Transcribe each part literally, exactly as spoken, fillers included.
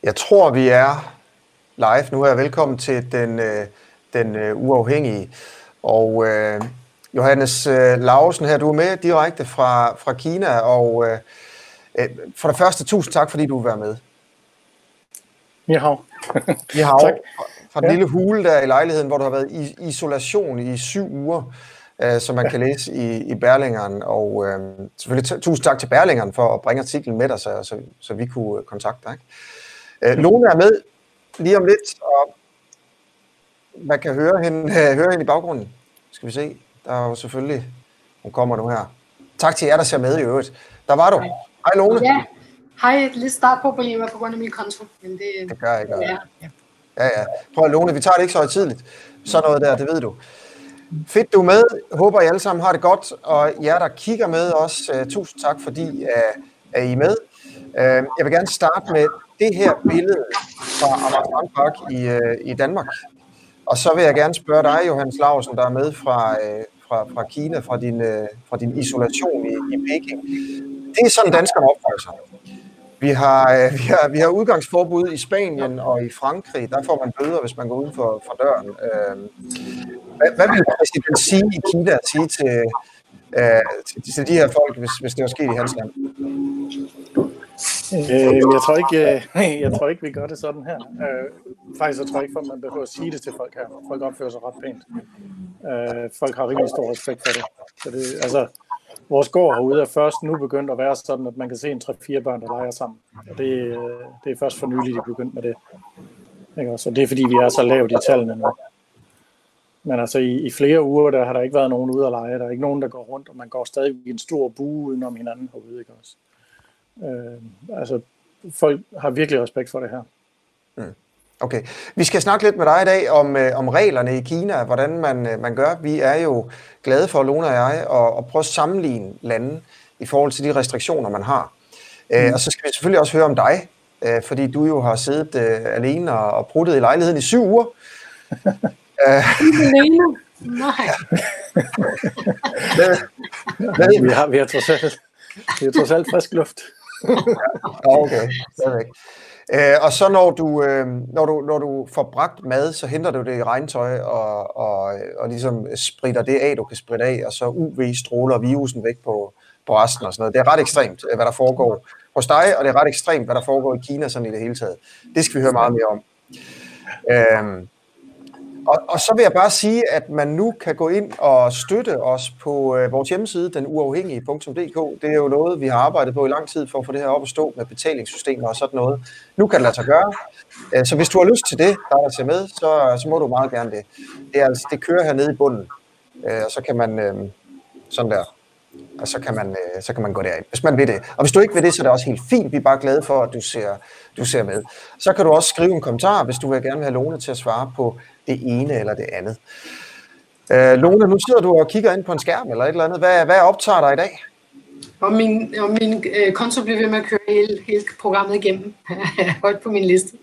Jeg tror, vi er live nu her. Velkommen til den, den uafhængige. Og øh, Johannes Laursen her, du er med direkte fra, fra Kina. Og øh, for det første, tusind tak, fordi du vil være med. Ni hao. Ni hao. Tak. Fra den ja. lille hule der i lejligheden, hvor du har været i isolation i syv uger, øh, som man ja. kan læse i, i Berlingeren. Og øh, selvfølgelig tusind tak til Berlingeren for at bringe artiklen med dig, så, så, så vi kunne kontakte dig. Øh, Lone er med lige om lidt, og man kan høre hende, høre hende i baggrunden. Skal vi se, der er jo selvfølgelig, hun kommer nu her. Tak til jer, der ser med i øvrigt. Der var du. Hej Lone. Ja, hej. Lidt startproblemer på grund af min konto. Men det, det gør jeg ikke. Ja. Ja, ja. Prøv at Lone, vi tager det ikke så højtidligt. Sådan noget der, det ved du. Fedt, du er med. Håber, I alle sammen har det godt. Og jer, der kigger med også, uh, tusind tak, fordi uh, er I med. Uh, jeg vil gerne starte med det her billede fra Amager Park i, uh, i Danmark. Og så vil jeg gerne spørge dig, Johannes Laursen, der er med fra, uh, fra, fra Kina, fra din, uh, fra din isolation i, i Peking. Det er sådan, danskerne opfører sig. Vi har, vi, har, vi har udgangsforbud i Spanien og i Frankrig. Der får man bøder, hvis man går uden for, for døren. Hvad, hvad vil præsident sige i Kina sige til, til, til de her folk, hvis, hvis det var sket i hans land? Øh, jeg, tror ikke, øh, jeg tror ikke, vi gør det sådan her. Øh, faktisk jeg tror jeg ikke, at man behøver at sige det til folk her. Folk opfører sig ret pænt. Øh, folk har rimelig stor respekt for det. Så det altså, vores gård herude er først nu begyndt at være sådan, at man kan se en tre fire børn, der leger sammen. Og det, det er først for nylig, de er begyndt med det. Ikke? Så det er fordi, vi er så lavt i tallene nu. Men altså i, i flere uger, der har der ikke været nogen ude at lege. Der er ikke nogen, der går rundt, og man går stadig i en stor bue udenom hinanden herude. Ikke også? Øh, altså folk har virkelig respekt for det her. Mm. Okay. Vi skal snakke lidt med dig i dag om, øh, om reglerne i Kina, hvordan man, øh, man gør. Vi er jo glade for, Lone og jeg, at, at prøve at sammenligne lande i forhold til de restriktioner, man har. Mm. Øh, og så skal vi selvfølgelig også høre om dig, øh, fordi du jo har siddet øh, alene og, og pruttet i lejligheden i syv uger. Alene? Nej. vi har, vi har trods alt, vi har trods alt frisk luft. Ja, okay, stadigvæk. Øh, og så når du, øh, når, du, når du får bragt mad, så henter du det i regntøj og, og, og ligesom spritter det af, du kan spritte af, og så U V-stråler virusen væk på, på resten og sådan noget. Det er ret ekstremt, hvad der foregår hos dig, og det er ret ekstremt, hvad der foregår i Kina sådan i det hele taget. Det skal vi høre meget mere om. Øh, og, og så vil jeg bare sige, at man nu kan gå ind og støtte os på øh, vores hjemmeside, den uafhængige punktum d k. Det er jo noget, vi har arbejdet på i lang tid for at få det her op at stå med betalingssystemer og sådan noget. Nu kan det lade sig gøre. Øh, så hvis du har lyst til det, der er der til med, så, så må du meget gerne det. Det, er, altså, det kører hernede i bunden, øh, og så kan man øh, sådan der. Og så kan, man, øh, så kan man gå derind, hvis man vil det. Og hvis du ikke vil det, så er det også helt fint. Vi er bare glade for, at du ser, du ser med. Så kan du også skrive en kommentar, hvis du vil gerne vil have Lone til at svare på det ene eller det andet. Øh, Lone, nu sidder du og kigger ind på en skærm eller et eller andet. Hvad, hvad optager dig i dag? Og min, og min øh, konto bliver ved med at køre hele, hele programmet igennem. Højt på min liste.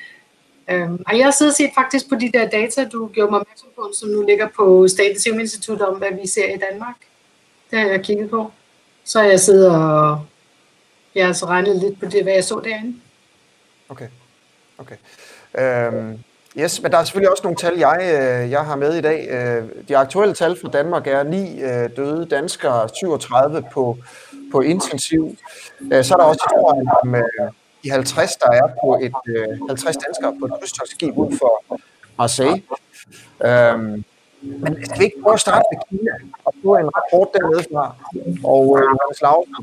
Øhm, og jeg har siddet og set faktisk på de der data, du gjorde mig opmærksom på, som nu ligger på Statens Serum Institut om, hvad vi ser i Danmark. Det har jeg kigget på. Så har jeg siddet og jeg har altså regnet lidt på det, hvad jeg så derinde. Okay. Okay. Øhm, yes, men der er selvfølgelig også nogle tal, jeg, jeg har med i dag. De aktuelle tal for Danmark er ni døde danskere, syvogtredive på, på intensiv. Så er der også historien om de halvtreds, der er på et halvtreds danskere på et krydstogtskib ud for Marseille. Øhm, Men skal vi ikke prøve at starte med Kina og få en rapport dernede fra? Og øh, Johannes Laursen,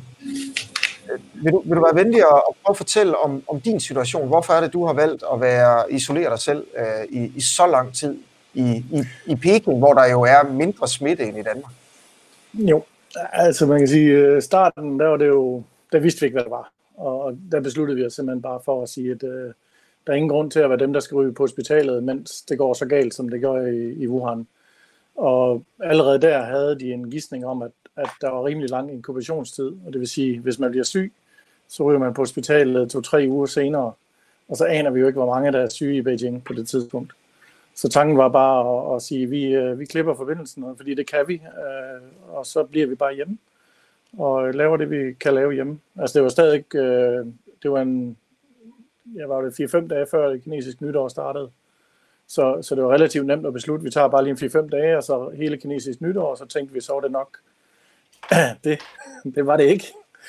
øh, vil, du, vil du være venlig at, at prøve at fortælle om, om din situation? Hvorfor er det, du har valgt at være isolere dig selv øh, i, i så lang tid i, i, i Peking, hvor der jo er mindre smitte end i Danmark? Jo, altså man kan sige, starten, der var det jo, der vidste vi ikke, hvad det var. Og der besluttede vi os simpelthen bare for at sige, at øh, der er ingen grund til at være dem, der skal ryge på hospitalet, mens det går så galt, som det gør i, i Wuhan. Og allerede der havde de en gisning om, at, at der var rimelig lang inkubationstid. Og det vil sige, hvis man bliver syg, så ryger man på hospitalet to-tre uger senere. Og så aner vi jo ikke, hvor mange der er syge i Beijing på det tidspunkt. Så tanken var bare at, at sige, at vi, vi klipper forbindelsen, fordi det kan vi. Og så bliver vi bare hjemme og laver det, vi kan lave hjemme. Altså det var stadig, det var en jeg var det fire fem dage før det kinesiske nytår startede. Så, så det var relativt nemt at beslutte. Vi tager bare lige en fire fem dage, og så hele kinesisk nytår, og så tænkte vi, så var det nok. det, det var det ikke.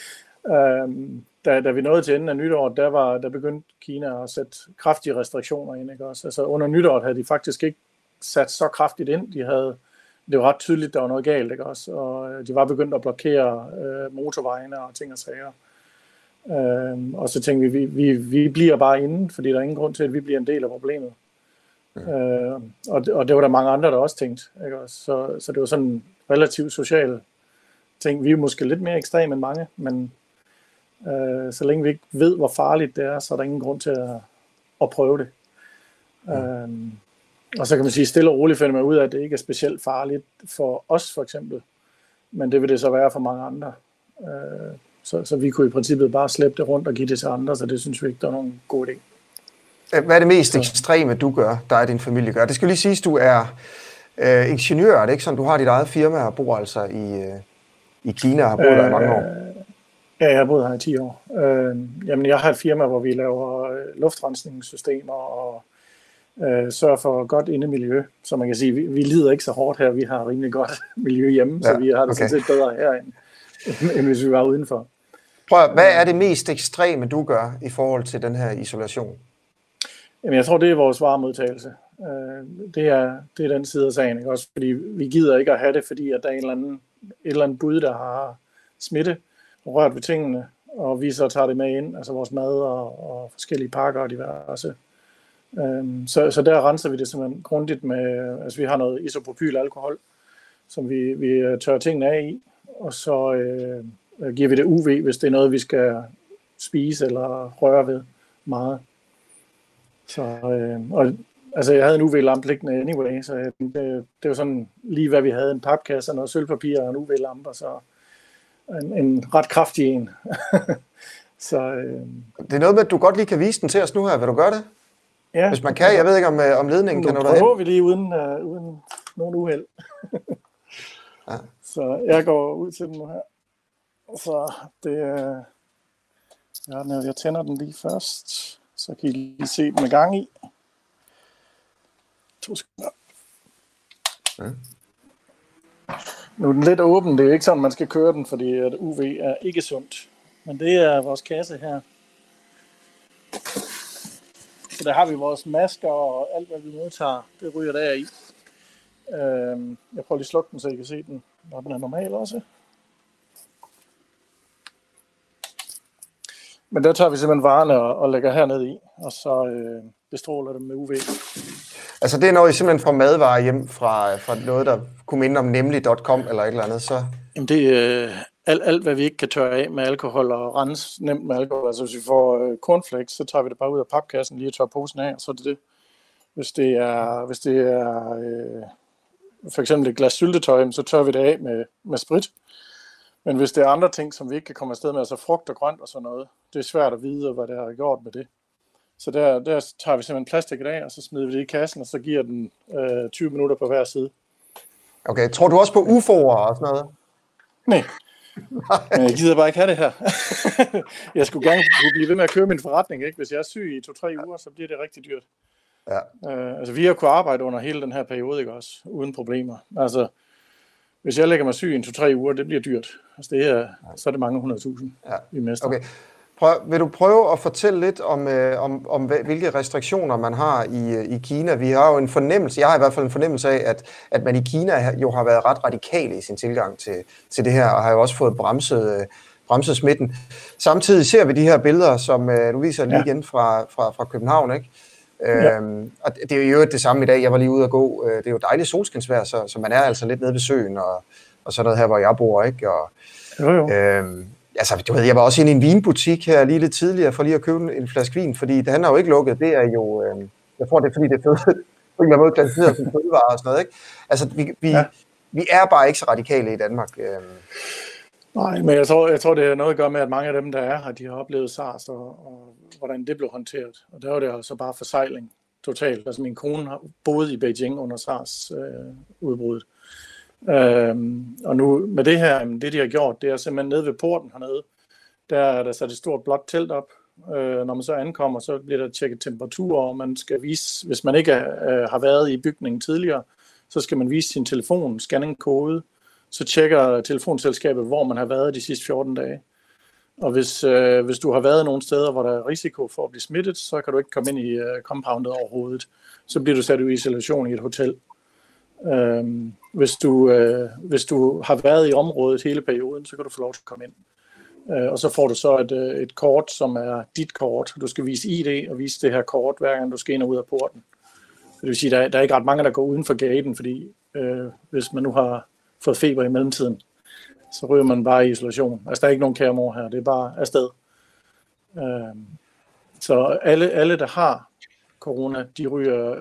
Øhm, da, da vi nåede til enden af nytåret, der, var, der begyndte Kina at sætte kraftige restriktioner ind. Ikke også? Altså under nytåret havde de faktisk ikke sat så kraftigt ind. De havde, det var ret tydeligt, der var noget galt, ikke også? Og de var begyndt at blokere øh, motorvejene og ting og sager. Øhm, og så tænkte vi, vi, vi, vi bliver bare inde, fordi der er ingen grund til, at vi bliver en del af problemet. Mm. Øh, og, og det var der mange andre, der også tænkte. Ikke også? Så, så det var sådan en relativt social ting. Vi er måske lidt mere ekstreme end mange, men øh, så længe vi ikke ved, hvor farligt det er, så er der ingen grund til at, at prøve det. Mm. Øh, og så kan man sige, stille og roligt finder man ud af, at det ikke er specielt farligt for os for eksempel, men det vil det så være for mange andre. Øh, så, så vi kunne i princippet bare slæbe det rundt og give det til andre, så det synes vi ikke, der er nogen god idé. Hvad er det mest ekstreme, du gør, der er din familie gør? Det skal lige siges, du er øh, ingeniør, er det ikke sådan? Du har dit eget firma og bor altså i, øh, i Kina og har boet øh, der i mange år. Ja, jeg har boet her i ti år. Øh, jamen, jeg har et firma, hvor vi laver luftrensningssystemer og øh, sørger for godt indemiljø. Så man kan sige, vi, vi lider ikke så hårdt her. Vi har rimelig godt miljø hjemme, ja, så vi har det okay. sådan set bedre her, end, end hvis vi var udenfor. Prøv, hvad er det mest ekstreme, du gør i forhold til den her isolation? Jamen, jeg tror, det er vores varemodtagelse. Det er, det er den side af sagen, ikke? Også fordi vi gider ikke at have det, fordi at der er en eller anden, et eller andet bud, der har smitte og rørt ved tingene, og vi så tager det med ind, altså vores mad og, og forskellige pakker og diverse. Så, så der renser vi det simpelthen grundigt med, altså vi har noget isopropylalkohol, som vi, vi tørrer tingene af i, og så øh, giver vi det U V, hvis det er noget, vi skal spise eller røre ved meget. Så, øh, og, altså jeg havde en U V-lampe liggende anyway, så det, det var sådan lige hvad vi havde, en papkasse, noget sølvpapir og en U V-lampe, så en, en ret kraftig en. så, øh, det er noget med, at du godt lige kan vise den til os nu her, vil du gøre det? Ja. Hvis man kan, jeg ved ikke om, om ledningen kan nå derhen. Nu prøver vi lige uden, uh, uden nogen uheld. ja. Så jeg går ud til den nu her. Så det er, ja, jeg tænder den lige først. Så kan I lige se den i gang i. To sekunder. Ja. Nu er den lidt åben. Det er ikke sådan, man skal køre den, fordi at U V er ikke sundt. Men det er vores kasse her. Så der har vi vores masker og alt, hvad vi modtager. Det ryger der i. Jeg prøver lige at slukke den, så I kan se den, når den er normal også. Men der tager vi simpelthen varerne og, og lægger herned i, og så øh, bestråler det med U V. Altså det er når I simpelthen får madvarer hjem fra, fra noget, der kunne minde om nemlig punktum com eller et eller andet, så? Jamen det er øh, alt, alt, hvad vi ikke kan tørre af med alkohol og rense nemt med alkohol. Altså hvis vi får øh, cornflakes, så tager vi det bare ud af papkassen, lige og tørrer posen af, og så er det det. Hvis det er, hvis det er øh, for eksempel et glas syltetøj, så tørrer vi det af med, med sprit. Men hvis det er andre ting, som vi ikke kan komme afsted med, altså frugt og grønt og sådan noget, det er svært at vide, hvad det har gjort med det. Så der, der tager vi simpelthen plastik af, og så smider vi det i kassen, og så giver den øh, tyve minutter på hver side. Okay, tror du også på U F O'er og sådan noget? Nej, men jeg gider bare ikke have det her. Jeg skulle gerne kunne blive ved med at køre min forretning, ikke? Hvis jeg er syg i to-tre uger, så bliver det rigtig dyrt. Ja. Øh, altså vi har kunnet arbejde under hele den her periode, ikke også? Uden problemer. Altså, hvis jeg lægger mig syg i en to-tre uger, det bliver dyrt. Altså det er, så er det mange hundrede tusind, ja. Vi mister. Okay. Prøv, vil du prøve at fortælle lidt om, øh, om, om hvilke restriktioner man har i, i Kina? Vi har jo en fornemmelse, jeg har i hvert fald en fornemmelse af, at, at man i Kina jo har været ret radikal i sin tilgang til, til det her, og har jo også fået bremset, øh, bremset smitten. Samtidig ser vi de her billeder, som øh, du viser lige ja. igen fra, fra, fra København, ikke? Ja. Øhm, og det er jo det samme i dag. Jeg var lige ude at gå. Det er jo dejligt solskinsvejr, så, så man er altså lidt nede ved søen og, og sådan noget her, hvor jeg bor, ikke? Og, jo, jo. Øhm, altså, du ved, jeg var også inde i en vinbutik her lige lidt tidligere for lige at købe en flaske vin, fordi det handler jo ikke lukket. Det er jo, øhm, jeg tror, det er fordi, det er fedt, på en måde klassificeret som fødevarer og sådan noget, ikke? Altså, vi, vi, ja. vi er bare ikke så radikale i Danmark. Øhm. Nej, men jeg tror, jeg tror, det er noget at gøre med, at mange af dem, der er her, de har oplevet SARS, og, og hvordan det blev håndteret. Og der var det altså bare forsejling totalt. Altså min kone har boet i Beijing under SARS-udbruddet. Øh, øhm, og nu med det her, det de har gjort, det er simpelthen nede ved porten hernede. Der er der sat et stort blåt telt op, Øh, når man så ankommer, så bliver der tjekket temperatur, og man skal vise, hvis man ikke øh, har været i bygningen tidligere, så skal man vise sin telefon, scanne en kode, så tjekker telefonselskabet, hvor man har været de sidste fjorten dage. Og hvis, øh, hvis du har været nogle steder, hvor der er risiko for at blive smittet, så kan du ikke komme ind i øh, compoundet overhovedet. Så bliver du sat i isolation i et hotel. Øhm, hvis, du, øh, hvis du har været i området hele perioden, så kan du få lov til at komme ind. Øh, og så får du så et, øh, et kort, som er dit kort. Du skal vise I D og vise det her kort, hver gang du skal ind og ud af porten. Det vil sige, at der, der er ikke ret mange, der går uden for gaten, fordi øh, hvis man nu har fået feber i mellemtiden, så ryger man bare i isolation. Altså, der er ikke nogen kære mor her, det er bare afsted. Øh, så alle, alle, der har corona, de ryger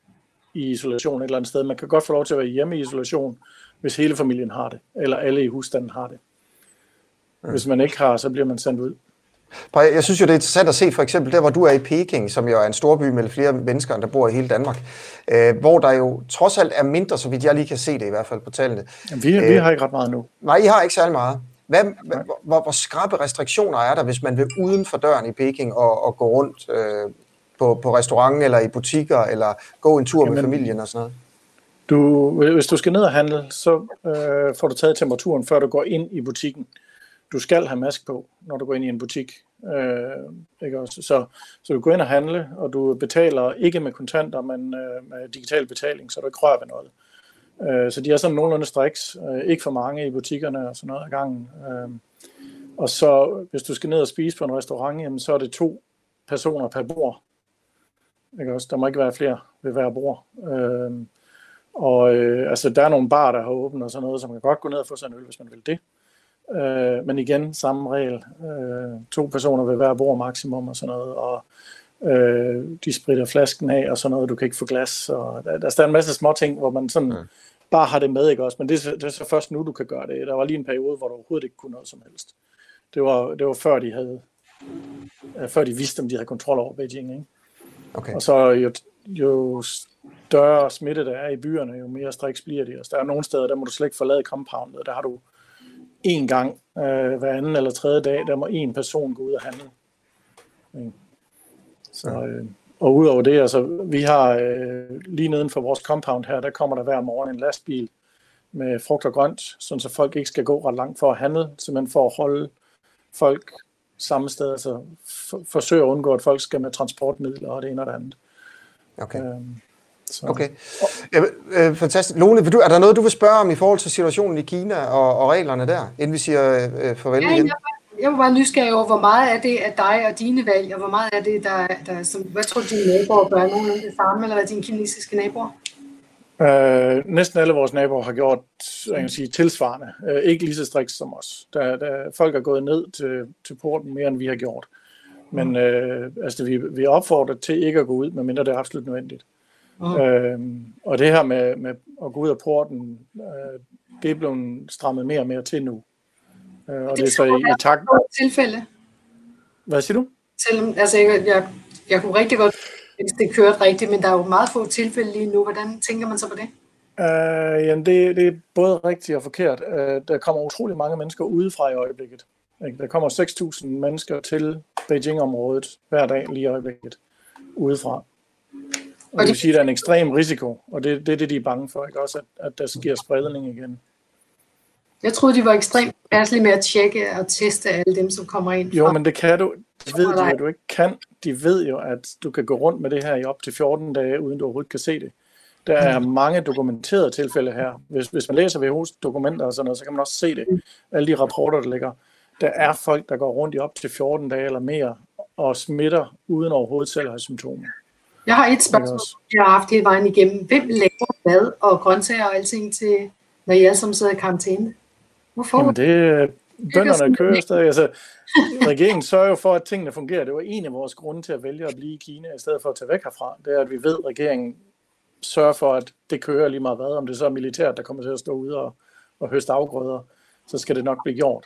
i isolation et eller andet sted. Man kan godt få lov til at være hjemme i isolation, hvis hele familien har det, eller alle i husstanden har det. Hvis man ikke har, så bliver man sendt ud. Jeg synes jo, det er interessant at se, for eksempel der, hvor du er i Peking, som jo er en storby med flere mennesker, der bor i hele Danmark, øh, hvor der jo trods alt er mindre, så vidt jeg lige kan se det i hvert fald på tallene. Jamen, vi, øh, vi har ikke ret meget nu. Nej, I har ikke særlig meget. Hvad, hvor, hvor, hvor skrappe restriktioner er der, hvis man vil uden for døren i Peking og, og gå rundt øh, på, på restaurant eller i butikker, eller gå en tur Jamen, med familien og sådan noget? Du, hvis du skal ned og handle, så øh, får du taget temperaturen, før du går ind i butikken. Du skal have maske på, når du går ind i en butik. Øh, ikke også? Så, så du går ind og handle, og du betaler ikke med kontanter, men øh, med digital betaling, så du ikke rører ved noget. Øh, så de er sådan nogenlunde striks. Øh, ikke for mange i butikkerne og sådan noget ad gangen. Øh, og så, hvis du skal ned og spise på en restaurant, jamen, så er det to personer per bord. Ikke også? Der må ikke være flere ved hver bord. Øh, og øh, altså, der er nogle bar, der har åbent og sådan noget, så man kan godt gå ned og få sig en øl, hvis man vil det. Øh, men igen, samme regel. Øh, to personer ved hver bord maksimum og sådan noget, og øh, de spritter flasken af og sådan noget, du kan ikke få glas. Og der, der er en masse små ting, hvor man sådan mm. bare har det med, ikke også? Men det, det er så først nu, du kan gøre det. Der var lige en periode, hvor du overhovedet ikke kunne noget som helst. Det var, det var før de havde, øh, før de vidste, om de havde kontrol over Beijing, ikke? Okay. Og så jo, jo større smitte der er i byerne, jo mere striks bliver de. Altså, der er nogle steder, der må du slet ikke forlade compoundet, der har du en gang øh, hver anden eller tredje dag, der må en person gå ud og handle. Så, øh, og udover det, altså, vi har øh, lige neden for vores compound her, der kommer der hver morgen en lastbil med frugt og grønt, sådan så folk ikke skal gå ret langt for at handle, simpelthen for at holde folk samme sted, altså for, forsøge at undgå, at folk skal med transportmidler og det ene og det andet. Okay. Øhm, Så. Okay, ja, øh, fantastisk. Lone, vil du, er der noget, du vil spørge om i forhold til situationen i Kina og, og reglerne der, inden vi siger øh, farvel ja, igen? Jeg, jeg var bare nysgerrig over, hvor meget er det af dig og dine valg, og hvor meget er det, der, der som, hvad tror du, dine naboer gør? Nogen af det samme, eller hvad dine kinesiske naboer? Øh, næsten alle vores naboer har gjort jeg kan sige, tilsvarende. Øh, ikke lige så strikt som os. Der, der, folk er gået ned til, til porten mere, end vi har gjort. Men øh, altså, vi, vi er opfordret til ikke at gå ud, medmindre det er absolut nødvendigt. Mm. Øhm, og det her med, med at gå ud af porten, øh, det er blevet strammet mere og mere til nu. Øh, og det, det er så i, i takt... tilfælde. Hvad siger du? Selvom, altså, jeg, jeg, jeg kunne rigtig godt, hvis det kørte rigtigt, men der er jo meget få tilfælde lige nu. Hvordan tænker man så på det? Øh, jamen, det, det er både rigtigt og forkert. Øh, der kommer utrolig mange mennesker udefra i øjeblikket. Ikke? Der kommer seks tusind mennesker til Beijing-området hver dag lige i øjeblikket udefra. Og det vil sige, at der er en ekstrem risiko, og det, det er det, de er bange for, ikke? Også at, at der sker spredning igen. Jeg troede, de var ekstremt færdige med at tjekke og teste alle dem, som kommer ind. Jo, men det kan du. De ved jo, at du ikke kan. De ved jo, at du kan gå rundt med det her i op til fjorten dage, uden du overhovedet kan se det. Der er mange dokumenterede tilfælde her. Hvis, hvis man læser W H O's dokumenter og sådan noget, så kan man også se det. Alle de rapporter, der ligger. Der er folk, der går rundt i op til fjorten dage eller mere, og smitter uden overhovedet selv at have symptomer. Jeg har et spørgsmål, jeg har haft hele vejen igennem. Hvem laver mad og grøntsager og alting til, når I alle sammen sidder i karantæne? Hvorfor? Jamen det bønderne kører stadig. Altså, regeringen sørger jo for, at tingene fungerer. Det var en af vores grunde til at vælge at blive i Kina, i stedet for at tage væk herfra. Det er, at vi ved, at regeringen sørger for, at det kører lige meget hvad. Om det så er militæret, der kommer til at stå ude og, og høste afgrøder, så skal det nok blive gjort.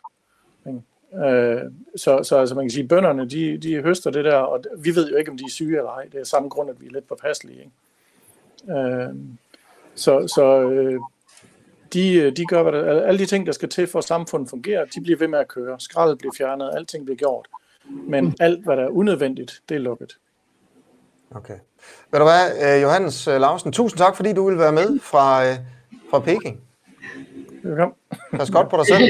Øh, så, så altså man kan sige, at bønderne, de, de høster det der, og vi ved jo ikke, om de er syge eller ej. Det er samme grund, at vi er lidt påpasselige. Ikke? Øh, så så øh, de, de gør, hvad der, alle de ting, der skal til for, at samfundet fungerer, de bliver ved med at køre. Skraldet bliver fjernet, alting bliver gjort. Men alt, hvad der er unødvendigt, det er lukket. Okay. Ved du hvad, Johannes Lausen, tusind tak, fordi du ville være med fra, fra Peking. Velkommen. Pas godt på dig selv.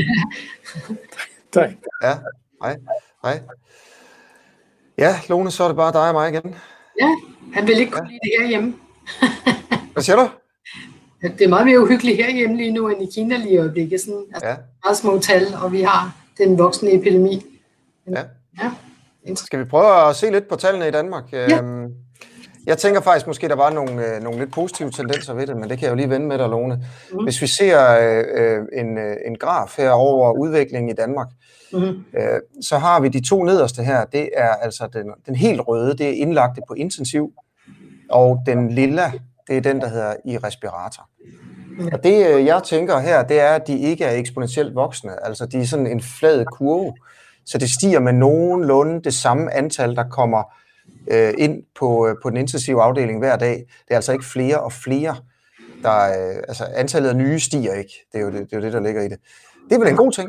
Tak. Ja, hej. Hej. Ja, Lone, så er det bare dig og mig igen. Ja, han vil ikke kunne ja. lide det herhjemme. Hvad siger du? Det er meget mere uhyggeligt herhjemme lige nu, end i Kina lige i øjeblikket. Sådan, altså, ja. meget små tal, og vi har den voksne epidemi. Ja. Ja. Skal vi prøve at se lidt på tallene i Danmark? Ja. Jeg tænker faktisk, måske der var nogle, nogle lidt positive tendenser ved det, men det kan jeg jo lige vende med dig, Lone. Mm. Hvis vi ser øh, en, en graf her over udviklingen i Danmark, mm. øh, så har vi de to nederste her, det er altså den, den helt røde, det er indlagte på intensiv, og den lilla, det er den, der hedder i respirator. Mm. Og det, jeg tænker her, det er, at de ikke er eksponentielt voksne, altså de er sådan en flad kurve, så det stiger med nogenlunde det samme antal, der kommer øh, ind på, på den intensive afdeling hver dag. Det er altså ikke flere og flere, der, øh, altså antallet af nye stiger ikke, det er jo det, det, er jo det der ligger i det. Det er vel en god ting?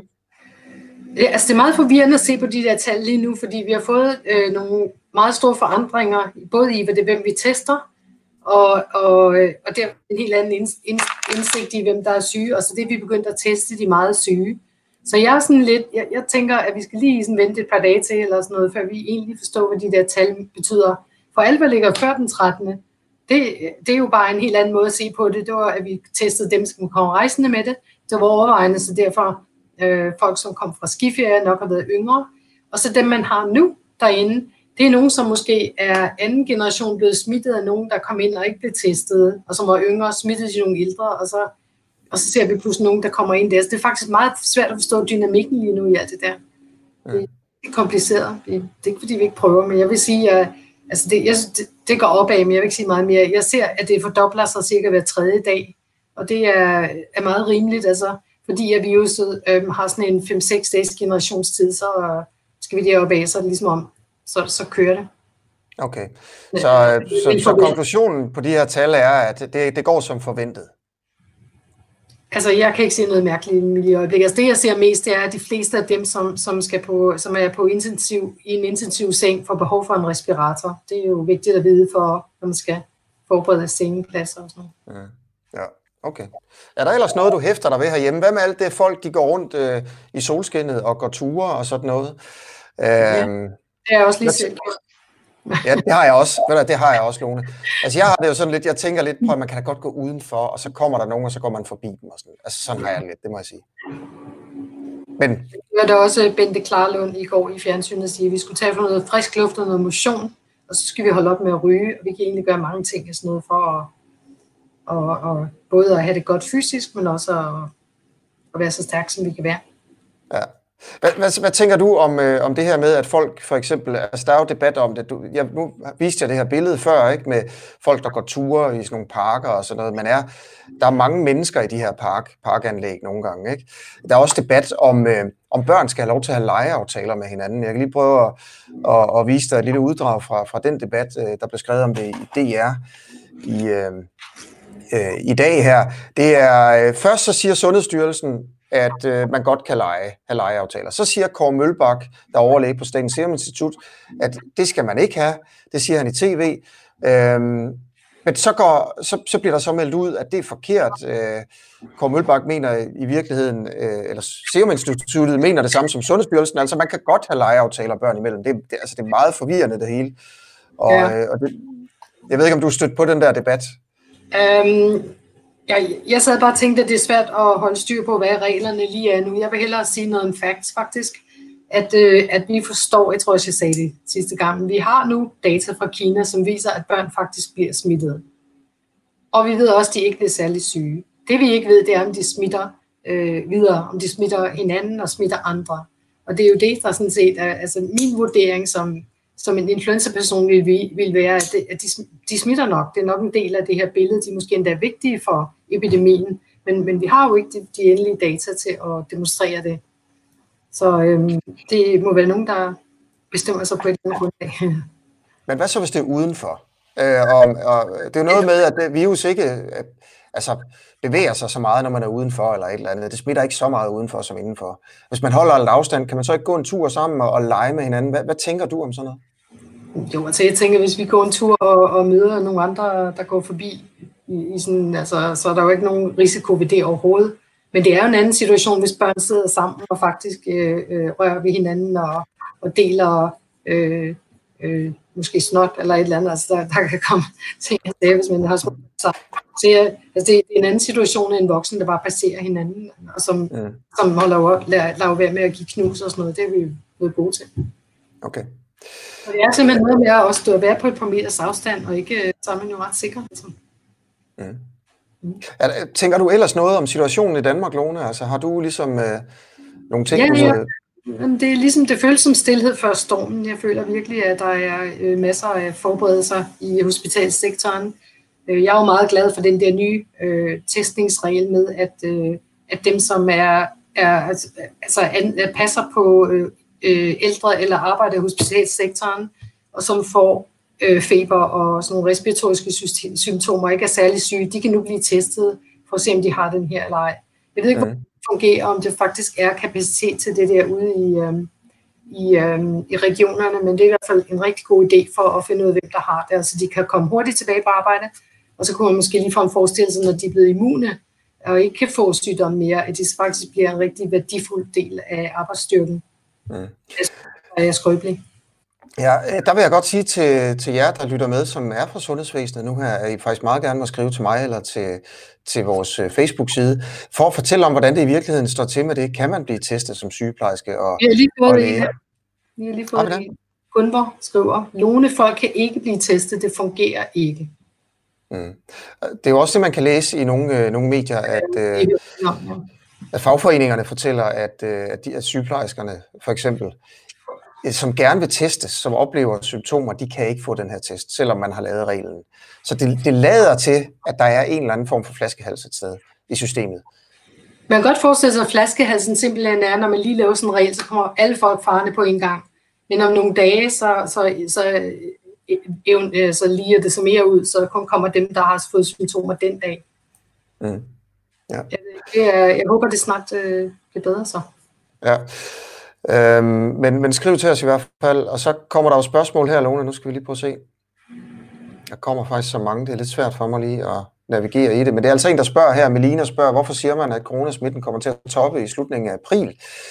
Ja, altså det er meget forvirrende at se på de der tal lige nu, fordi vi har fået øh, nogle meget store forandringer, både i, hvad det, hvem vi tester, og, og, og det er en helt anden indsigt i, hvem der er syge, og så det er vi begyndt at teste de meget syge. Så jeg er sådan lidt, jeg, jeg tænker, at vi skal lige sådan vente et par dage til, eller sådan noget, før vi egentlig forstår, hvad de der tal betyder. For alt, hvad ligger før den trettende, det, det er jo bare en helt anden måde at se på det. Det var, at vi testede dem, som kom rejsende med det. Det var overvejende, så derfor øh, folk, som kom fra skiferie, nok har været yngre. Og så dem, man har nu derinde, det er nogen, som måske er anden generation blevet smittet af nogen, der kom ind og ikke blev testet, og som var yngre, smittet til nogle ældre, og så Og så ser vi pludselig nogen, der kommer ind der. Så det er faktisk meget svært at forstå dynamikken lige nu i alt det der. Det er kompliceret. Det er ikke, fordi vi ikke prøver, men jeg vil sige, at altså det, jeg, det, det går opad, men jeg vil ikke sige meget mere. Jeg ser, at det fordobler sig cirka hver tredje dag, og det er, er meget rimeligt, altså, fordi at viruset øh, har sådan en fem seks dages generationstid, så øh, skal vi deroppe af, så er det ligesom om, så, så kører det. Okay, så, så, så, så konklusionen på de her tal er, at det, det går som forventet? Altså, jeg kan ikke se noget mærkeligt i øjeblikket. Altså, det, jeg ser mest, det er, at de fleste af dem, som, som, skal på, som er på intensiv, i en intensiv seng, får behov for en respirator. Det er jo vigtigt at vide, for, når man skal forberede sengepladser og sådan noget. Ja, okay. Er der ellers noget, du hæfter dig ved herhjemme? Hvad med alt det folk, de går rundt øh, i solskinnet og går ture og sådan noget? Ja, øhm, det er også lige selv. Ja, det har jeg også. Det har jeg også, Lone. Altså, jeg har det jo sådan lidt, jeg tænker lidt på, at man kan da godt gå udenfor, og så kommer der nogen, og så går man forbi dem og sådan. Altså, sådan har jeg lidt, det må jeg sige. Men det var der også Bente Klarlund i går i fjernsynet sige, at vi skulle tage for noget frisk luft og noget motion, og så skal vi holde op med at ryge, og vi kan egentlig gøre mange ting sådan noget for at, og, og både at have det godt fysisk, men også at, at være så stærk, som vi kan være. Ja. Hvad, hvad, hvad tænker du om, øh, om det her med, at folk for eksempel, altså der er jo debat om det, du, jeg, nu viste jeg det her billede før, ikke, med folk, der går ture i sådan nogle parker og sådan noget, men er, der er mange mennesker i de her park, parkanlæg nogle gange, ikke? Der er også debat om, øh, om børn skal have lov til at have legeaftaler med hinanden. Jeg kan lige prøve at, at, at vise dig et lille uddrag fra, fra den debat, øh, der blev skrevet om det i D R i, øh, øh, i dag her. Det er, øh, først så siger Sundhedsstyrelsen, at øh, man godt kan lege, have legeaftaler. Så siger Kåre Mølbak, der er overlæge på Statens Serum Institut, at det skal man ikke have. Det siger han i tv. Øhm, men så, går, så, så bliver der så meldt ud, at det er forkert. Øh, Kåre Mølbak mener i virkeligheden, øh, eller Serum Instituttet mener det samme som Sundhedsstyrelsen. Altså man kan godt have legeaftaler børn imellem. Det, det, altså, det er meget forvirrende det hele. Og, ja. øh, og det, jeg ved ikke, om du stødte på den der debat. Um Jeg, jeg sad bare og tænkte, at det er svært at holde styr på, hvad reglerne lige er nu. Jeg vil hellere sige noget om facts, faktisk. At, øh, at vi forstår, jeg tror også, jeg sagde det sidste gang, vi har nu data fra Kina, som viser, at børn faktisk bliver smittet. Og vi ved også, at de ikke bliver særlig syge. Det vi ikke ved, det er, om de smitter øh, videre, om de smitter hinanden og smitter andre. Og det er jo det, der sådan set er altså min vurdering som, som en influenza-person vil, vil være, at, det, at de, de smitter nok. Det er nok en del af det her billede, de er måske endda vigtige for epidemien, men, men vi har jo ikke de, de endelige data til at demonstrere det. Så øhm, det må være nogen, der bestemmer sig på et eller andet grundlag. Men hvad så, hvis det er udenfor? Øh, og, og det er jo noget med, at det virus ikke... altså, bevæger sig så meget, når man er udenfor eller et eller andet. Det smitter ikke så meget udenfor som indenfor. Hvis man holder lidt afstand, kan man så ikke gå en tur sammen og, og lege med hinanden? Hvad, hvad tænker du om sådan noget? Jo, altså jeg tænker, hvis vi går en tur og, og møder nogle andre, der går forbi, i, i sådan, altså, så er der jo ikke nogen risiko ved det overhovedet. Men det er jo en anden situation, hvis børn sidder sammen og faktisk øh, øh, rører ved hinanden og, og deler øh, øh, måske snot eller et eller andet. Altså der, der kan komme ting af det, hvis man har små. Så, så jeg, altså det er en anden situation end en voksen, der bare passerer hinanden, og som, mm. som holder laver være med at give knus og sådan noget. Det er vi blevet gode til. Okay. Og det er simpelthen noget med at også stå og være på et par meters afstand, og ikke, så er man jo ret sikker. Altså. Mm. Mm. Er, tænker du ellers noget om situationen i Danmark, Lone? Altså har du ligesom øh, nogle ting? Ja, ja. Det er ligesom, det føles som stilhed før stormen. Jeg føler virkelig, at der er øh, masser af forberedelser i hospitalssektoren. Jeg er jo meget glad for den der nye øh, testningsregel med, at, øh, at dem, som er, er altså, an, passer på øh, ældre eller arbejder i hospitalssektoren, og som får øh, feber og sådan nogle respiratoriske symptomer, ikke er særlig syge, de kan nu blive testet for at se, om de har den her eller ej. Jeg ved ikke, hvordan det fungerer, om det faktisk er kapacitet til det der ude i, øh, i, øh, i regionerne, men det er i hvert fald en rigtig god idé for at finde ud af, hvem der har det. Altså de kan komme hurtigt tilbage på arbejde, og så kunne man måske lige få en forestillelse, når de er blevet immune, og ikke kan få sygdom mere, at det faktisk bliver en rigtig værdifuld del af arbejdsstyrken. Mm. Det er skrøbelig. Ja, der vil jeg godt sige til, til jer, der lytter med, som er fra sundhedsvæsenet nu her, at I faktisk meget gerne må skrive til mig eller til, til vores Facebook-side, for at fortælle om, hvordan det i virkeligheden står til med det. Kan man blive testet som sygeplejerske og, Vi har lige fået og det her. Vi har lige fået det. Gunvor skriver, Lone, folk kan ikke blive testet, det fungerer ikke. Mm. Det er jo også det, man kan læse i nogle, øh, nogle medier, at, øh, at fagforeningerne fortæller, at, øh, at, de, at sygeplejerskerne for eksempel, som gerne vil testes, som oplever symptomer, de kan ikke få den her test, selvom man har lavet reglen. Så det, det lader til, at der er en eller anden form for flaskehals et sted i systemet. Man kan godt forestille sig, at flaskehalsen simpelthen er, når man lige laver sådan en regel, så kommer alle folk farne på en gang. Men om nogle dage, så, så, så, så, så liger det så mere ud, så kun kommer dem, der har fået symptomer den dag. Mm. Ja. Jeg, jeg håber, det snart øh, bliver bedre så. Ja. Øhm, men, men skriv til os i hvert fald, og så kommer der jo spørgsmål her, Lone, nu skal vi lige prøve at se. Der kommer faktisk så mange, det er lidt svært for mig lige at navigere i det, men det er altså en, der spørger her, Melina spørger, hvorfor siger man, at coronasmitten kommer til at toppe i slutningen af april?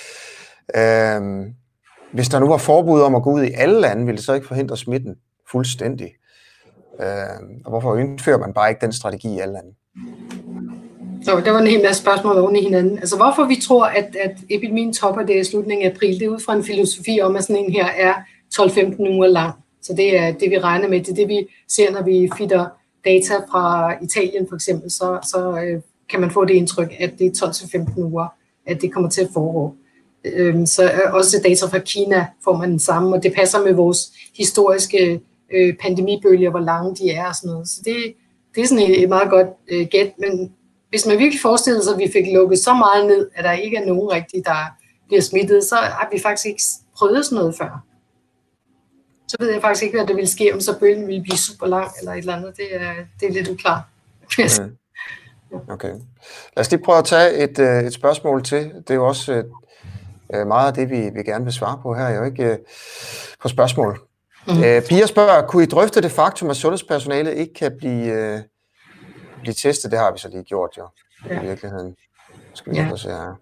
Øhm, hvis der nu var forbud om at gå ud i alle lande, ville det så ikke forhindre smitten fuldstændig? Øhm, og hvorfor indfører man bare ikke den strategi i alle lande? Så der var en hel masse spørgsmål oven i hinanden. Altså hvorfor vi tror, at, at epidemien topper det i slutningen af april, det er ud fra en filosofi om, at sådan en her er tolv femten uger lang. Så det er det, vi regner med. Det er det, vi ser, når vi fitter data fra Italien for eksempel, så, så øh, kan man få det indtryk, at det er tolv til femten uger, at det kommer til at foregå. Øhm, så øh, også data fra Kina får man den samme, og det passer med vores historiske øh, pandemibølger, hvor lange de er og sådan noget. Så det, det er sådan et, et meget godt øh, gæt, men hvis man virkelig forestiller sig, at vi fik lukket så meget ned, at der ikke er nogen rigtige, der bliver smittet, så har vi faktisk ikke prøvet sådan noget før. Så ved jeg faktisk ikke, hvad der ville ske, om så bølgen ville blive super lang eller et eller andet. Det er, det er lidt uklart. Mm. Okay. Lad os lige prøve at tage et, et spørgsmål til. Det er jo også meget af det, vi, vi gerne vil svare på her, jo ikke på spørgsmål. Mm. Pia spørger, kunne I drøfte det faktum, at sundhedspersonalet ikke kan blive... blive testet, det har vi så lige gjort jo, ja. I virkeligheden. Skal vi lige prøve at se her.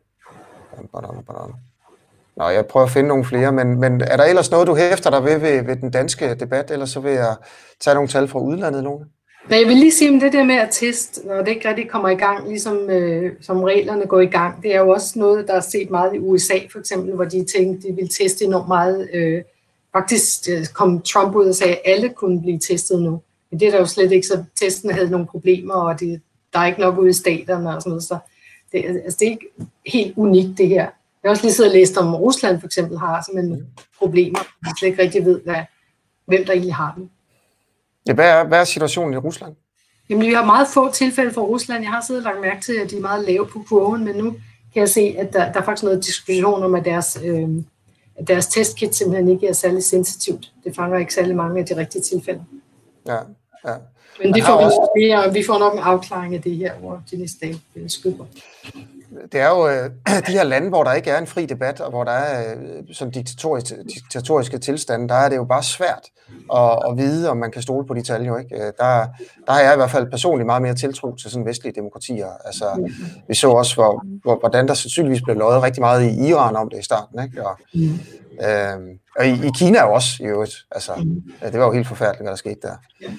Nå, jeg prøver at finde nogle flere, men, men er der ellers noget, du hæfter dig ved, ved ved den danske debat, eller så vil jeg tage nogle tal fra udlandet, Lone? Men jeg vil lige sige om det der med at teste, når det ikke rigtig kommer i gang, ligesom øh, som reglerne går i gang, det er jo også noget, der er set meget i U S A for eksempel, hvor de tænkte, de ville teste enormt meget. Øh, faktisk kom Trump ud og sagde, at alle kunne blive testet nu. Men det er der jo slet ikke, så testen havde nogle problemer, og det, der er ikke nok ude i staterne og sådan noget. Så det, altså det er ikke helt unikt, det her. Jeg har også lige siddet og læst om, Rusland for eksempel har simpelthen problemer, og man slet ikke rigtig ved, hvad, hvem der egentlig har dem. Ja, hvad, er, hvad er situationen i Rusland? Jamen, vi har meget få tilfælde fra Rusland. Jeg har siddet og lagt mærke til, at de er meget lave på kurven, men nu kan jeg se, at der, der er faktisk noget diskussion om, at deres, øh, at deres testkit simpelthen ikke er særlig sensitivt. Det fanger ikke særlig mange af de rigtige tilfælde. Ja, Ja. Men det får vi, også... mere, vi får nok en afklaring af det her, hvor de næste dage vil skyde. Det er jo øh, de her lande, hvor der ikke er en fri debat, og hvor der er øh, sådan diktatoriske, diktatoriske tilstande, der er det jo bare svært at, at vide, om man kan stole på de tal, jo ikke? Der, der har jeg i hvert fald personligt meget mere tiltro til sådan vestlige demokratier. Altså, vi så også, hvor, hvor, hvordan der sandsynligvis blev løjet rigtig meget i Iran om det i starten, ikke? Og, øh, og i, i Kina jo også, i øvrigt. Altså, det var jo helt forfærdeligt, hvad der skete der.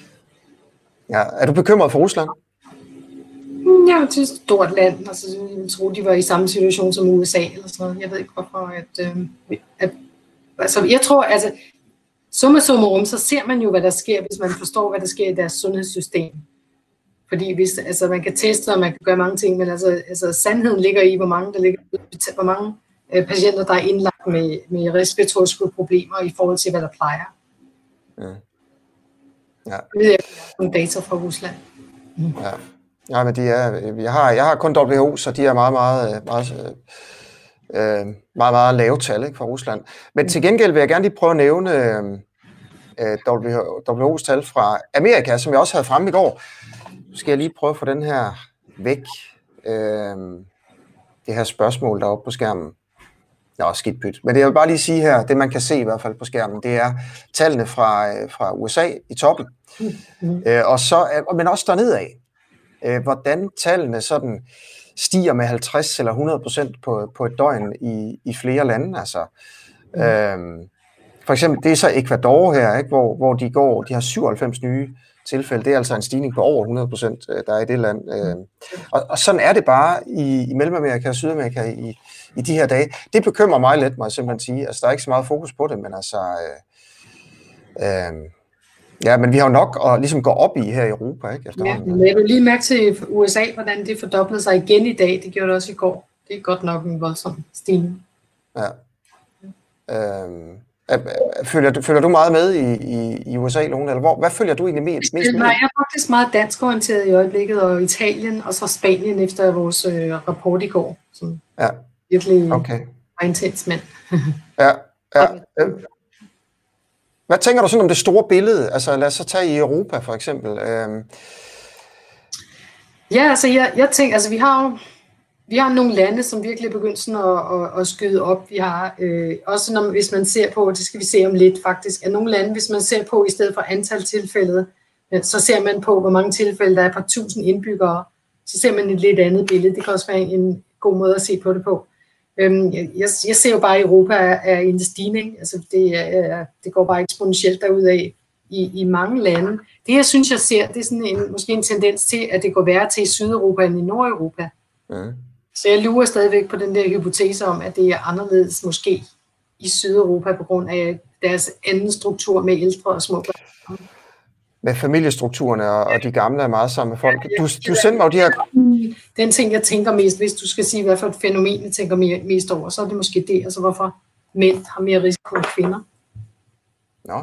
Ja, er du bekymret for Rusland? Ja, det er et stort land. Altså, jeg tror, de var i samme situation som U S A eller sådan noget. Jeg ved ikke hvorfor. At, øh, at, altså, jeg tror, altså, summa summarum, så ser man jo, hvad der sker, hvis man forstår, hvad der sker i deres sundhedssystem. Fordi hvis, altså, man kan teste, og man kan gøre mange ting, men altså, altså, sandheden ligger i, hvor mange, der ligger, hvor mange øh, patienter, der er indlagt med, med respiratoriske problemer i forhold til, hvad der plejer. Ja. Ja. Det ved jeg, nogle data fra Rusland. Mm. Ja. Ja, men de er, jeg har, jeg har kun W H O, så de er meget, meget, meget, øh, meget, meget lave tal, ikke, fra Rusland. Men til gengæld vil jeg gerne lige prøve at nævne øh, W H O's tal fra Amerika, som jeg også havde fremme i går. Nu skal jeg lige prøve at få den her væk. Øh, det her spørgsmål deroppe på skærmen. Nå, skidt pyt. Men det jeg vil bare lige sige her, det man kan se i hvert fald på skærmen, det er tallene fra, fra U S A i toppen. Mm. Øh, og så, men også dernede af. Hvordan tallene sådan stiger med halvtreds eller hundrede procent på, på et døgn i, i flere lande. Altså, mm. øhm, for eksempel, det er så Ecuador her, ikke, hvor, hvor de går, de har syvoghalvfems nye tilfælde. Det er altså en stigning på over hundrede procent, der er i det land. Øhm, og, og sådan er det bare i, i Mellemamerika og Sydamerika i, i de her dage. Det bekymrer mig lidt, må jeg simpelthen sige. Altså, der er ikke så meget fokus på det, men altså... Øh, øh, Ja, men vi har jo nok at ligesom gå op i her i Europa, ikke? Ja, men jeg vil lige mærke til U S A, hvordan det fordoblede sig igen i dag. Det gjorde det også i går. Det er godt nok en voldsom stigning. Ja. Øhm, følger, du, følger du meget med i, i, i U S A, Lone? Eller hvor, hvad følger du egentlig mest, mest med? Nej, jeg er faktisk meget danskorienteret i øjeblikket, og Italien, og så Spanien efter vores øh, rapport i går. Som ja. Virkelig okay. var intens mand. ja, ja. Øh. Hvad tænker du sådan om det store billede? Altså lad os så tage i Europa for eksempel. Øhm. Ja, altså jeg, jeg tænker, altså vi har jo, vi har nogle lande, som virkelig er begyndt sådan at, at, at skyde op. Vi har øh, også, når, hvis man ser på, det skal vi se om lidt faktisk, at nogle lande, hvis man ser på i stedet for antal tilfælde, så ser man på, hvor mange tilfælde der er per tusind indbyggere, så ser man et lidt andet billede. Det kan også være en god måde at se på det på. Jeg, jeg ser jo bare, at Europa er, er en stigning. Altså det, er, det går bare eksponentielt derudad i, i mange lande. Det, jeg synes, jeg ser, det er sådan en, måske en tendens til, at det går værre til i Sydeuropa end i Nordeuropa. Mm. Så jeg lurer stadigvæk på den der hypotese om, at det er anderledes måske i Sydeuropa på grund af deres anden struktur med ældre og små børn. Med familiestrukturerne, og, og de gamle er meget sammen med folk. Du, du sendte mig jo de her... Den ting, jeg tænker mest, hvis du skal sige, hvad for et fænomen, jeg tænker mest over, så er det måske det, altså hvorfor mænd har mere risiko end kvinder. Nå.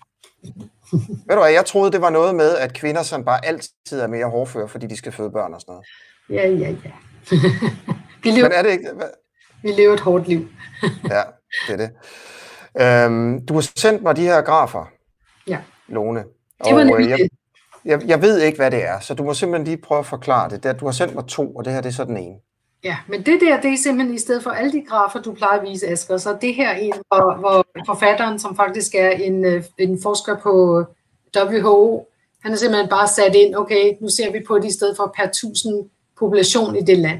Ved du hvad, jeg troede, det var noget med, at kvinder sådan bare altid er mere hårdføre, fordi de skal føde børn og sådan noget. Ja, ja, ja. vi, lever, Men er det ikke... vi lever et hårdt liv. Ja, det er det. Øhm, du har sendt mig de her grafer, ja. Lone. Det var nemlig jeg, jeg, jeg ved ikke, hvad det er, så du må simpelthen lige prøve at forklare det. det. Du har sendt mig to, og det her det er så den ene. Ja, men det der, det er simpelthen i stedet for alle de grafer, du plejer at vise, Asger, så det her er en, hvor, hvor forfatteren, som faktisk er en, en forsker på W H O, han har simpelthen bare sat ind, okay, nu ser vi på det i stedet for per tusind population i det land.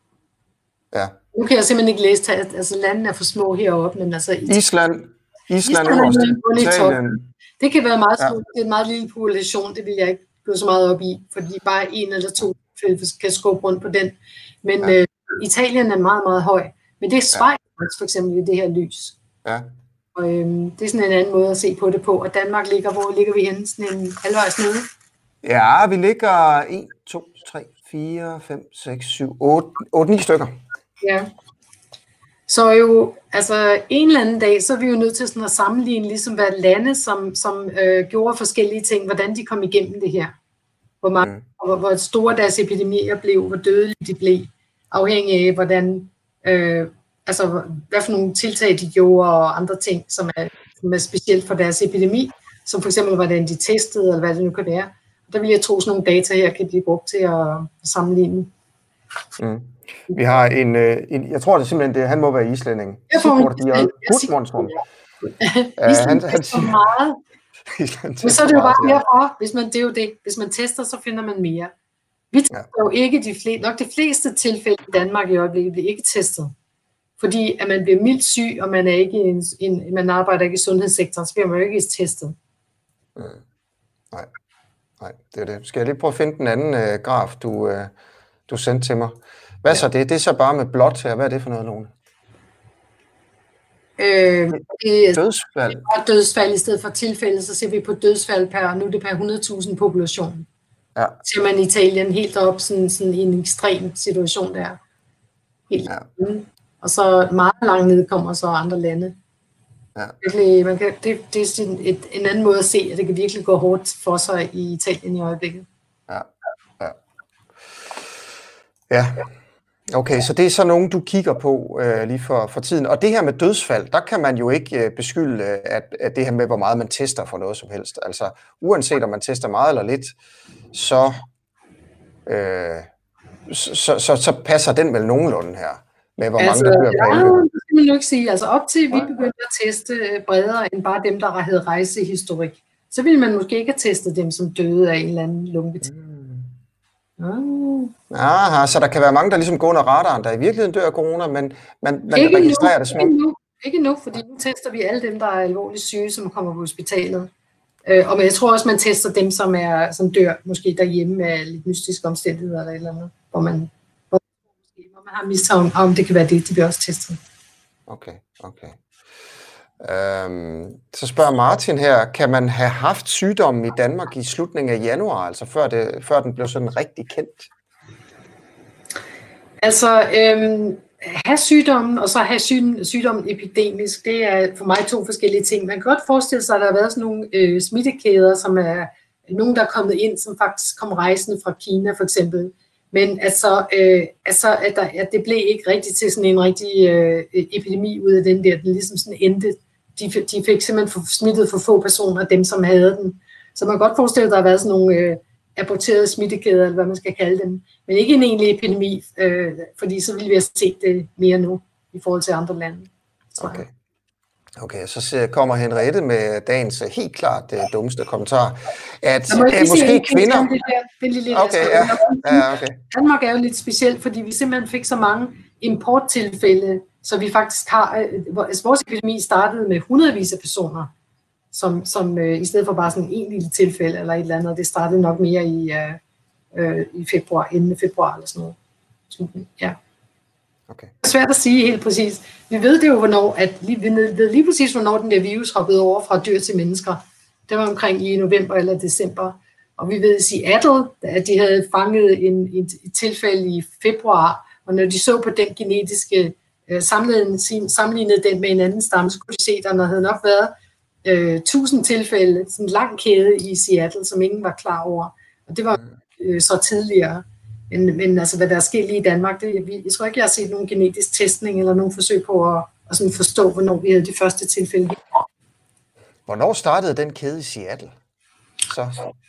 Ja. Nu kan jeg simpelthen ikke læse, at altså, landene er for små heroppe, men altså... Island, Island, Island er Italien. Det kan være meget stort, ja. Det er en meget lille population, det vil jeg ikke gå så meget op i, fordi bare en eller to kan skubbe rundt på den. Men ja. øh, Italien er meget, meget høj. Men det er Schweiz ja. For eksempel i det her lys. Ja. Og øhm, det er sådan en anden måde at se på det på. Og Danmark ligger, hvor ligger vi henne? Sådan en halvvejs nede? Ja, vi ligger en, to, tre, fire, fem, seks, syv, otte, otte, ni stykker. Ja. Så jo, altså en eller anden dag, så er vi jo nødt til sådan at sammenligne ligesom hvad lande, som, som øh, gjorde forskellige ting, hvordan de kom igennem det her. Hvor, mange, mm. hvor, hvor store deres epidemier blev, hvor dødelige de blev, afhængig af hvordan, øh, altså hvad for nogle tiltag de gjorde og andre ting, som er, som er specielt for deres epidemi, som for eksempel hvordan de testede, eller hvad det nu kan være. Der vil jeg tro, sådan nogle data her kan blive brugt til at sammenligne. Mm. Vi har en, en, jeg tror det simpelthen, det, han må være islænding. Jeg får en Gudmundsson. Island tester meget. Men så er det jo bare derfor, hvis man, det er jo det. Hvis man tester, så finder man mere. Vi tester ja. jo ikke de fleste, nok de fleste tilfælde i Danmark i øjeblikket bliver ikke testet. Fordi at man bliver mildt syg, og man, er ikke en, en, man arbejder ikke i sundhedssektoren, så bliver man jo ikke testet. Mm. Nej. Nej, det er det. Skal jeg lige prøve at finde den anden øh, graf, du, øh, du sendte til mig? Hvad ja. så det? Det er så bare med blåt her. Hvad er det for noget, Lone? Øh, det er dødsfald. Dødsfald i stedet for tilfælde, så ser vi på dødsfald per, nu er det per hundrede tusind population. Ja. Ser man Italien helt op sådan, sådan i en ekstrem situation der. Helt ja. Og så meget langt ned kommer så andre lande. Ja. Virkelig, man kan, det, det er sådan et, en anden måde at se, at det kan virkelig gå hårdt for sig i Italien i øjeblikket. Ja, ja. Ja. Okay, så det er så nogen, du kigger på øh, lige for, for tiden. Og det her med dødsfald, der kan man jo ikke øh, beskylde, at, at det her med, hvor meget man tester for noget som helst. Altså, uanset om man tester meget eller lidt, så, øh, så, så, så, så passer den vel nogenlunde her. Med hvor altså, mange, der dør på ja, det kan man jo ikke sige. Altså op til, vi begyndte at teste bredere end bare dem, der havde rejsehistorik. Så ville man måske ikke have testet dem, som døde af en eller anden lungebetændelse. Mm. Aha, så der kan være mange, der ligesom går under radaren, der i virkeligheden dør af corona, men man, man ikke registrerer nu, det som... Ikke nu, ikke nu, fordi nu tester vi alle dem, der er alvorligt syge, som kommer på hospitalet. Øh, og jeg tror også, man tester dem, som, er, som dør, måske derhjemme af lidt mystiske omstændigheder eller et eller andet, hvor man... man har mistanke om, det kan være det, de bliver også testet. Okay, okay. Øhm, så spørger Martin her, kan man have haft sygdommen i Danmark i slutningen af januar, altså før, det, før den blev sådan rigtig kendt? Altså, øhm, have sygdommen, og så have syg, sygdommen epidemisk, det er for mig to forskellige ting. Man kan godt forestille sig, at der har været sådan nogle øh, smittekæder, som er nogen, der er kommet ind, som faktisk kom rejsende fra Kina for eksempel. Men altså, øh, altså at, der, at det blev ikke rigtig til sådan en rigtig øh, epidemi ud af den der, den ligesom sådan endte. De, de fik simpelthen for, smittet for få personer, dem som havde den. Så man kan godt forestille, at der har været sådan nogle øh, aborterede smittekæder, eller hvad man skal kalde dem. Men ikke en egentlig epidemi, øh, fordi så ville vi have set det mere nu, i forhold til andre lande. Så. Okay. Okay, så kommer Henriette med dagens helt klart uh, dummeste kommentar, at uh, måske kvinder... Det der, det lille, okay, ja. Ja, okay. Danmark er jo lidt specielt, fordi vi simpelthen fik så mange importtilfælde, så vi faktisk har... Altså, vores epidemi startede med hundredvis af personer, som, som uh, i stedet for bare sådan en lille tilfælde eller et eller andet, det startede nok mere i, uh, uh, i februar, inden februar eller sådan noget. Så, ja. Okay. Det er svært at sige helt præcis. Vi ved det jo, hvornår, at lige, vi ved lige præcis, hvornår den der virus hoppede over fra dyr til mennesker. Det var omkring i november eller december. Og vi ved i Seattle, at de havde fanget en, et, et tilfælde i februar, og når de så på den genetiske, øh, sammenlignede, sammenlignede den med en anden stamme, så kunne de se, at der havde nok været øh, tusind tilfælde, sådan en lang kæde i Seattle, som ingen var klar over. Og det var øh, så tidligere. Men, men altså, hvad der er sket lige i Danmark, det, jeg, jeg tror ikke, jeg har set nogen genetisk testning eller nogen forsøg på at, at sådan forstå, hvornår vi havde de første tilfælde. Hvornår startede den kæde i Seattle? Så.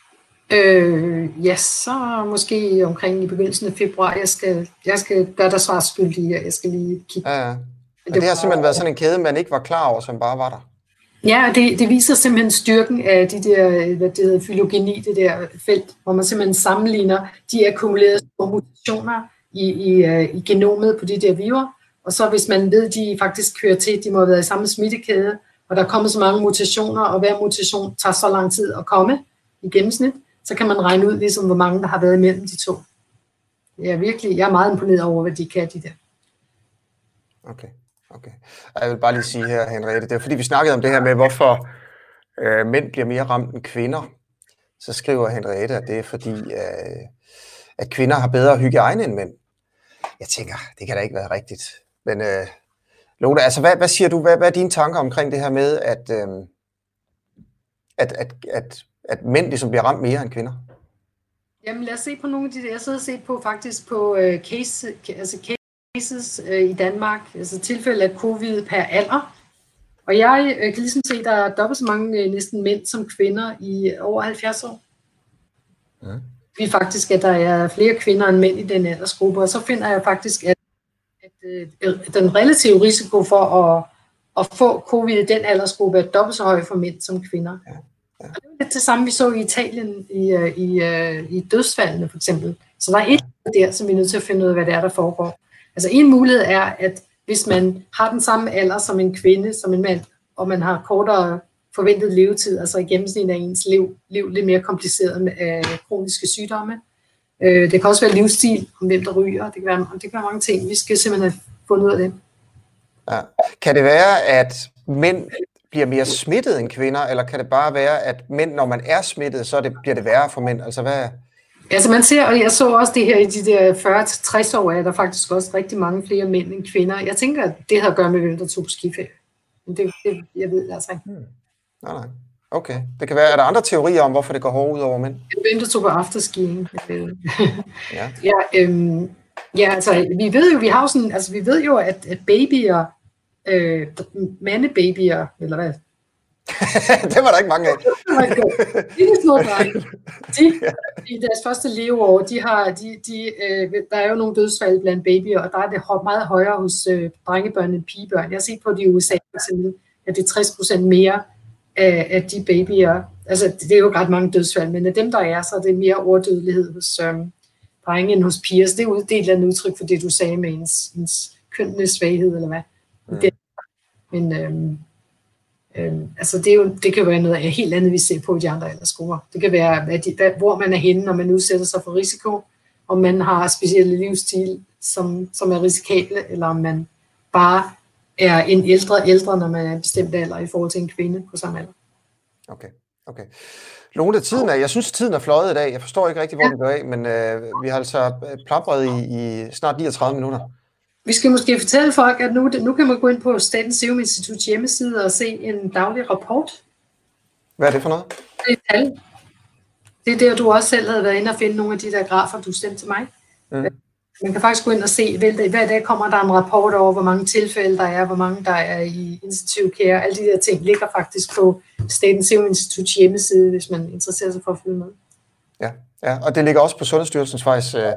Øh, ja, så måske omkring i begyndelsen af februar. Jeg skal, jeg skal gøre dig svarskyldig, og jeg skal lige kigge. Ja, ja. Men det har simpelthen været sådan en kæde, man ikke var klar over, som bare var der. Ja, det, det viser simpelthen styrken af de der, hvad det hedder, filogeni, det der felt, hvor man simpelthen sammenligner de akkumulerede mutationer i, i, i genomet på de der virer, og så hvis man ved, de faktisk kører til, de må have været i samme smittekæde, og der er kommet så mange mutationer, og hver mutation tager så lang tid at komme i gennemsnit, så kan man regne ud, ligesom, hvor mange der har været imellem de to. Det er virkelig, jeg er meget imponeret over, hvad de kan, de der. Okay. Okay. Jeg vil bare lige sige her, Henriette, det er fordi vi snakkede om det her med, hvorfor øh, mænd bliver mere ramt end kvinder. Så skriver Henriette, at det er fordi, øh, at kvinder har bedre hygiejne end mænd. Jeg tænker, det kan da ikke være rigtigt. Men øh, Lola, altså hvad, hvad siger du, hvad, hvad er dine tanker omkring det her med, at, øh, at, at, at, at mænd ligesom bliver ramt mere end kvinder? Jamen lad os se på nogle af de der, jeg sidder og set på faktisk på øh, case, altså case, cases øh, i Danmark, altså tilfælde af covid per alder. Og jeg øh, kan ligesom se, at der er dobbelt så mange øh, næsten mænd som kvinder i over halvfjerds år. Ja. Vi faktisk, at der er flere kvinder end mænd i den aldersgruppe, og så finder jeg faktisk, at, at, at den relative risiko for at, at få covid i den aldersgruppe er dobbelt så høj for mænd som kvinder. Ja. Ja. Og det er lidt det samme, vi så i Italien i, i, i dødsfaldene for eksempel. Så der er et der, som vi er nødt til at finde ud af, hvad det er, der foregår. Altså en mulighed er, at hvis man har den samme alder som en kvinde, som en mand, og man har kortere forventet levetid, altså i gennemsnit er ens liv, liv lidt mere kompliceret med øh, kroniske sygdomme. Øh, det kan også være livsstil, om hvem der ryger, det kan være, det kan være mange ting. Vi skal simpelthen have fundet ud af det. Ja. Kan det være, at mænd bliver mere smittet end kvinder, eller kan det bare være, at mænd, når man er smittet, så det, bliver det værre for mænd? Altså hvad? Altså man ser, og jeg så også det her i de der fyrre til tres år, er der faktisk også rigtig mange flere mænd end kvinder. Jeg tænker, at det har at gøre med, hvem der tog på skiferie. Men det, det, jeg ved altså ikke. Hmm. Nej, nej. Okay. Det kan være, er der andre teorier om, hvorfor det går hårdt ud over mænd? Hvem der tog på afterskiing. ja. Ja, øhm, ja, altså vi ved jo, vi har sådan, altså vi ved jo, at, at babyer, øh, mandebabyer, eller hvad? Det var der ikke mange af. De er små drenge. De, i deres første leveår, de har, de, de, øh, der er jo nogle dødsfald blandt babyer, og der er det meget højere hos øh, drengebørn end pigebørn. Jeg har set på det i U S A, at det er tres procent mere af, af de babyer. Altså, det er jo ret mange dødsfald, men af dem, der er, så er det mere overdødelighed hos øh, drenge end hos piger. Så det er jo et del af en udtryk for det, du sagde med ens, ens kønnenes svaghed, eller hvad. Mm. Det, men... Øh, Øhm, altså det, er jo, det kan være noget af helt andet, vi ser på i de andre aldersgrupper. Det kan være, hvad de, hvad, hvor man er henne, når man udsætter sig for risiko, om man har specielle livsstil, som, som er risikable, eller om man bare er en ældre ældre, når man er en bestemt alder i forhold til en kvinde på samme alder. Okay, okay. Lone, tiden er, jeg synes, tiden er fløjet i dag. Jeg forstår ikke rigtig, hvor ja. den går af, men øh, vi har altså plapret i, i snart niogtredive minutter. Vi skal måske fortælle folk, at nu, nu kan man gå ind på Statens Serum Instituts hjemmeside og se en daglig rapport. Hvad er det for noget? Det er tal. Det er der, du også selv havde været inde og finde nogle af de der grafer, du sendte til mig. Mm. Man kan faktisk gå ind og se, hver dag kommer der en rapport over, hvor mange tilfælde der er, hvor mange der er i intensiv care. Alle de der ting ligger faktisk på Statens Serum Instituts hjemmeside, hvis man interesserer sig for at følge med. Ja, ja, og det ligger også på Sundhedsstyrelsens faktisk. Øh, øh,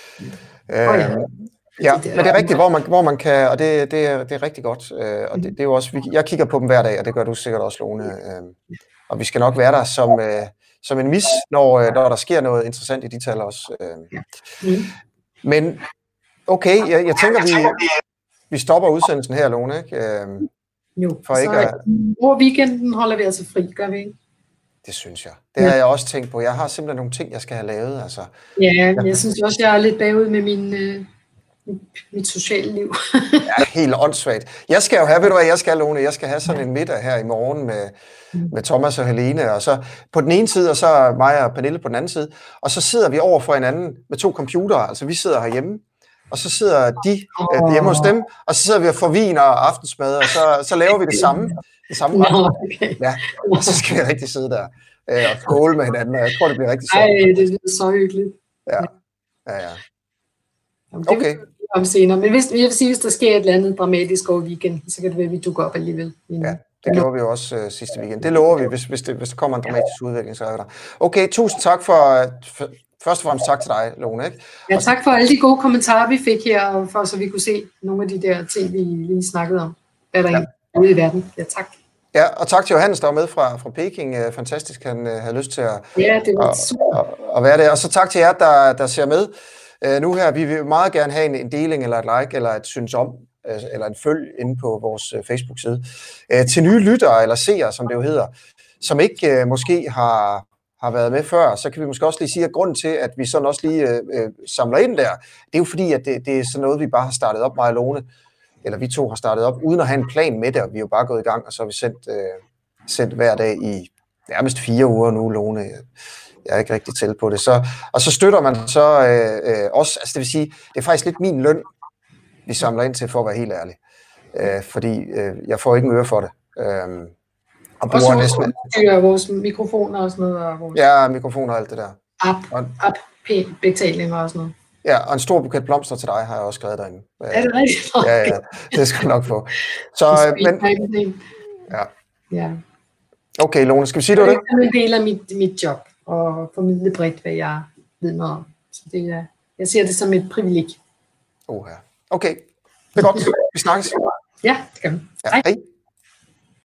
oh, ja. Ja, men det er rigtigt, hvor man, hvor man kan, og det, det, er, det er rigtig godt, øh, og det, det er jo også, jeg kigger på dem hver dag, og det gør du sikkert også, Lone, øh, og vi skal nok være der som, øh, som en mis, når, øh, når der sker noget interessant i de tal også. Øh. Mm. Men okay, jeg, jeg tænker, vi, vi stopper udsendelsen her, Lone, ikke? Øh, jo, for ikke at... over weekenden holder vi altså fri, gør vi ikke? Det synes jeg. Det har jeg også tænkt på. Jeg har simpelthen nogle ting, jeg skal have lavet. Altså. Ja, jeg, jeg synes også, jeg er lidt bagud med min... Øh... mit sociale liv. Ja, helt åndssvagt. Jeg skal jo have, ved du hvad jeg skal, Lone? Jeg skal have sådan en middag her i morgen med, med Thomas og Helene, og så på den ene side, og så mig og Pernille på den anden side, og så sidder vi over for hinanden med to computere, altså vi sidder herhjemme, og så sidder de oh. hjemme hos dem, og så sidder vi og får vin og aftensmad, og så, så laver vi det samme. Det samme no, okay. Ja, og så skal vi rigtig sidde der øh, og skåle med hinanden, og jeg tror, det bliver rigtig sjovt. Ej, det er så hyggeligt. Ja, ja, ja. Okay. Om senere. Men hvis, jeg vil sige, hvis der sker et eller andet dramatisk over weekenden, så kan det være, at vi dukker op alligevel. Ja, det gjorde vi jo også uh, sidste weekend. Det lover vi, hvis, hvis, det, hvis der kommer en dramatisk udvikling, så er vi der. Okay, tusind tak for, for først og fremmest tak til dig, Lone. Ikke? Ja, tak for alle de gode kommentarer, vi fik her, og for, så vi kunne se nogle af de der ting, vi lige snakkede om, hvad der ja. er ude i verden. Ja, tak. Ja, og tak til Johannes, der var med fra, fra Peking. Fantastisk, han uh, havde lyst til at, ja, det var at, super. At, at være der. Og så tak til jer, der, der ser med. Uh, nu her, vi vil meget gerne have en, en deling, eller et like, eller et synes om, uh, eller en følg inde på vores uh, Facebook-side. Uh, til nye lyttere, eller seere, som det jo hedder, som ikke uh, måske har, har været med før, så kan vi måske også lige sige, at grunden til, at vi sådan også lige uh, samler ind der, det er jo fordi, at det, det er sådan noget, vi bare har startet op, mig og Lone, eller vi to har startet op, uden at have en plan med det, og vi er jo bare gået i gang, og så har vi sendt, uh, sendt hver dag i nærmest fire uger nu, Lone. Jeg er ikke rigtig til på det. Så, og så støtter man så øh, øh, også, altså det vil sige, det er faktisk lidt min løn, vi samler ind til, for at være helt ærlig. Øh, fordi øh, jeg får ikke en øre for det. Øh, og bruger næsten... Også vores mikrofoner og sådan noget. Og vores... Ja, mikrofoner og alt det der. App, og... app-betalinger og sådan noget. Ja, og en stor buket blomster til dig har jeg også skrevet derinde. Er det rigtigt? Okay. Ja, ja, det skal jeg nok få. Så, øh, men... Ja. Ja. Okay, Lone, skal vi sige det? Det er en del af mit, mit job. og formidle bredt, hvad jeg ved noget om. Så det er, jeg ser det som et privilegie. Oha. Okay, det er godt. Vi snakkes. Ja, det kan vi. Ja, Hej. hej.